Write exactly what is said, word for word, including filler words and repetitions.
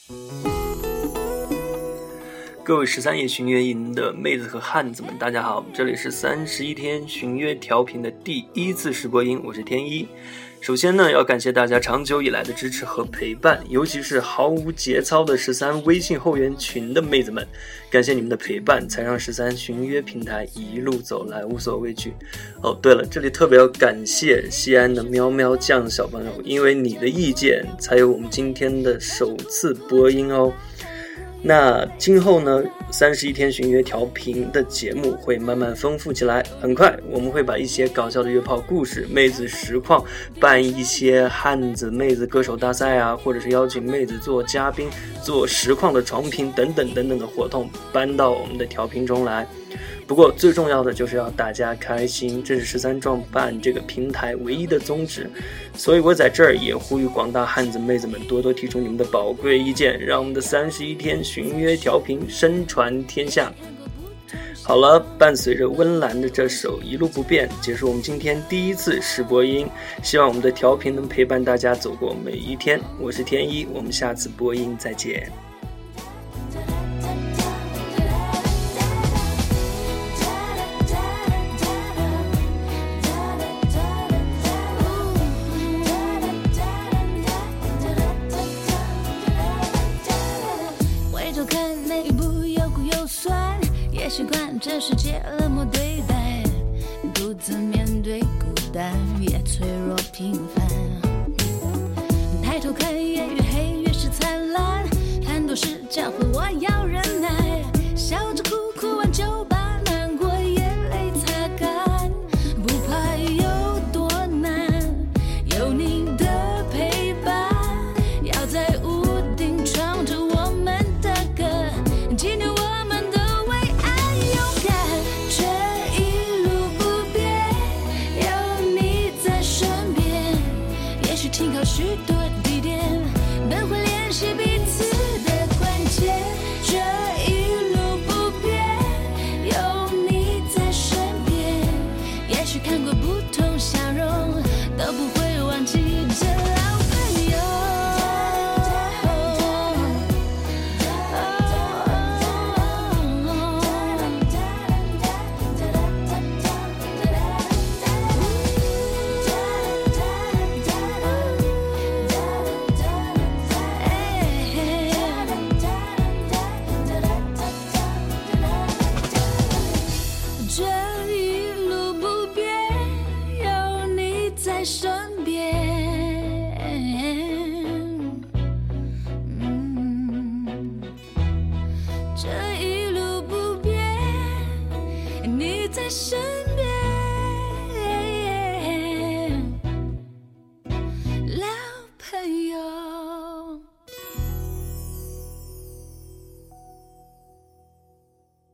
各位十三夜巡约营的妹子和汉子们，大家好，这里是三十一天巡约调频的第一次试播音，我是天一。首先呢，要感谢大家长久以来的支持和陪伴，尤其是毫无节操的十三微信后援群的妹子们，感谢你们的陪伴，才让十三巡约平台一路走来无所畏惧。哦，对了，这里特别要感谢西安的喵喵酱小朋友，因为你的意见才有我们今天的首次播音哦。那今后呢，三十一天巡约调频的节目会慢慢丰富起来，很快我们会把一些搞笑的约炮故事、妹子实况，办一些汉子妹子歌手大赛啊，或者是邀请妹子做嘉宾、做实况的床评等等等等的活动搬到我们的调频中来。不过最重要的就是要大家开心，这是十三创办这个平台唯一的宗旨。所以我在这儿也呼吁广大汉子妹子们多多提出你们的宝贵意见，让我们的三十一天巡约调频声传天下。好了，伴随着温岚的这首一路不变，结束我们今天第一次试播音，希望我们的调频能陪伴大家走过每一天。我是天一，我们下次播音再见。 习惯这世界冷漠对待，独自面对孤单，也脆弱平凡。抬头看夜越黑越是灿烂，很多事教会我要忍耐，笑着哭，哭完就把难过眼泪擦干，不怕有多难，有你的陪伴，要在屋顶唱着我们的歌，纪念我停靠许多地点，等会联系彼此的关键。这一路不变，有你在身边。也许看过不同笑容，都不会忘记这老朋友。身边、嗯、这一路不变，你在身边。